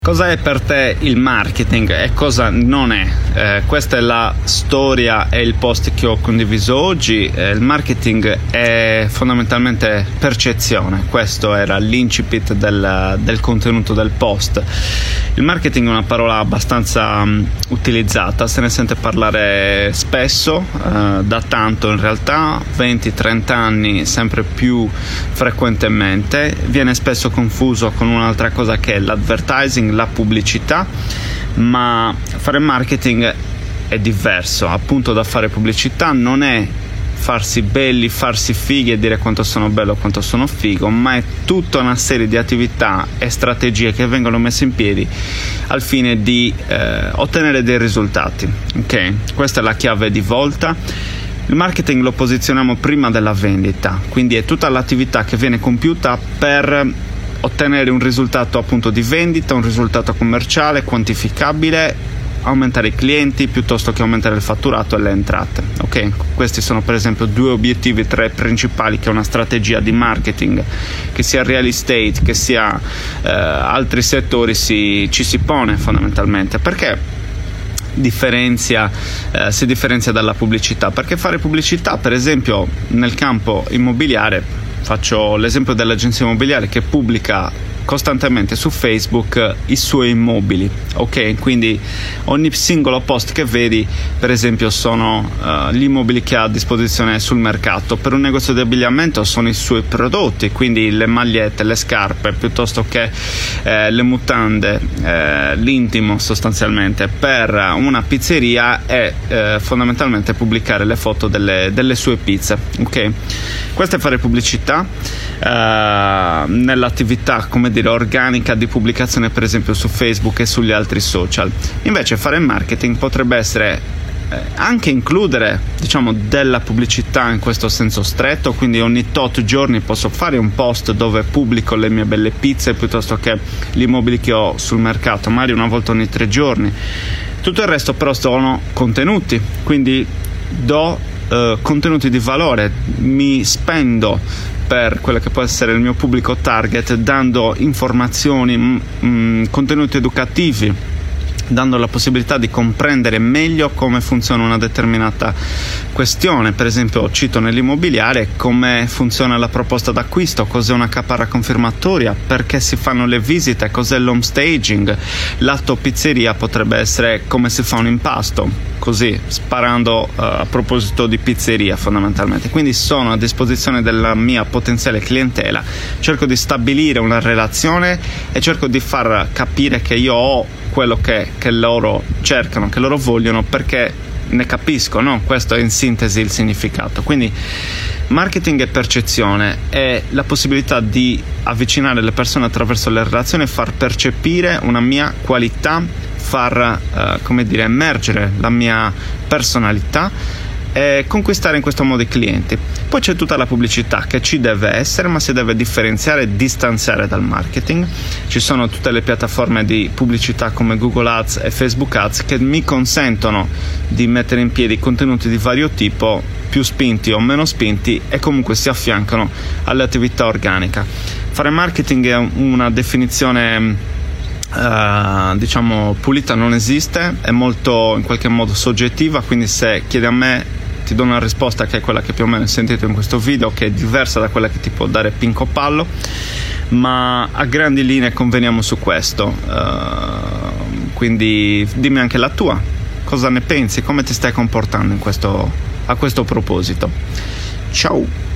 Cosa è per te il marketing e cosa non è? Questa è la storia e il post che ho condiviso oggi. Il marketing è fondamentalmente percezione, questo era l'incipit del contenuto del post. Il marketing è una parola abbastanza utilizzata, se ne sente parlare spesso, da tanto in realtà, 20-30 anni sempre più frequentemente. Viene spesso confuso con un'altra cosa che è l'advertising, la pubblicità, ma fare marketing è diverso. Appunto, da fare pubblicità non è farsi belli, farsi fighi e dire quanto sono bello, quanto sono figo, ma è tutta una serie di attività e strategie che vengono messe in piedi al fine di ottenere dei risultati. Ok? Questa è la chiave di volta. Il marketing lo posizioniamo prima della vendita, quindi è tutta l'attività che viene compiuta per ottenere un risultato appunto di vendita, un risultato commerciale quantificabile, aumentare i clienti piuttosto che aumentare il fatturato e le entrate. Ok, questi sono per esempio due obiettivi, tre principali che una strategia di marketing, che sia real estate, che sia altri settori, ci si pone fondamentalmente. Perché si differenzia dalla pubblicità? Perché fare pubblicità, per esempio nel campo immobiliare, faccio l'esempio dell'agenzia immobiliare che pubblica costantemente su Facebook i suoi immobili, ok? Quindi ogni singolo post che vedi, per esempio, sono gli immobili che ha a disposizione sul mercato. Per un negozio di abbigliamento sono i suoi prodotti, quindi le magliette, le scarpe, piuttosto che le mutande, l'intimo sostanzialmente. Per una pizzeria è fondamentalmente pubblicare le foto delle sue pizze, ok? Questo è fare pubblicità nell'attività, come dire, organica di pubblicazione, per esempio su Facebook e sugli altri social. Invece fare marketing potrebbe essere anche includere, diciamo, della pubblicità in questo senso stretto, quindi ogni tot giorni posso fare un post dove pubblico le mie belle pizze piuttosto che gli immobili che ho sul mercato, magari una volta ogni 3 giorni. Tutto il resto però sono contenuti, quindi do contenuti di valore, mi spendo per quello che può essere il mio pubblico target, dando informazioni, contenuti educativi, dando la possibilità di comprendere meglio come funziona una determinata questione. Per esempio, cito nell'immobiliare come funziona la proposta d'acquisto, cos'è una caparra confermatoria, perché si fanno le visite, cos'è l'home staging. L'atto pizzeria potrebbe essere come si fa un impasto, così sparando a proposito di pizzeria fondamentalmente. Quindi sono a disposizione della mia potenziale clientela, cerco di stabilire una relazione e cerco di far capire che io ho quello che loro cercano, che loro vogliono, perché ne capisco, no? Questo è in sintesi il significato. Quindi marketing e percezione è la possibilità di avvicinare le persone attraverso le relazioni, far percepire una mia qualità, far emergere la mia personalità e conquistare in questo modo i clienti. Poi c'è tutta la pubblicità che ci deve essere, ma si deve differenziare e distanziare dal marketing. Ci sono tutte le piattaforme di pubblicità come Google Ads e Facebook Ads che mi consentono di mettere in piedi contenuti di vario tipo, più spinti o meno spinti, e comunque si affiancano alle attività organiche. Fare marketing è una definizione pulita, non esiste, è molto in qualche modo soggettiva, quindi se chiedi a me ti do una risposta che è quella che più o meno hai sentito in questo video, che è diversa da quella che ti può dare Pinco Pallo, ma a grandi linee conveniamo su questo. Quindi dimmi anche la tua, cosa ne pensi, come ti stai comportando a questo proposito. Ciao.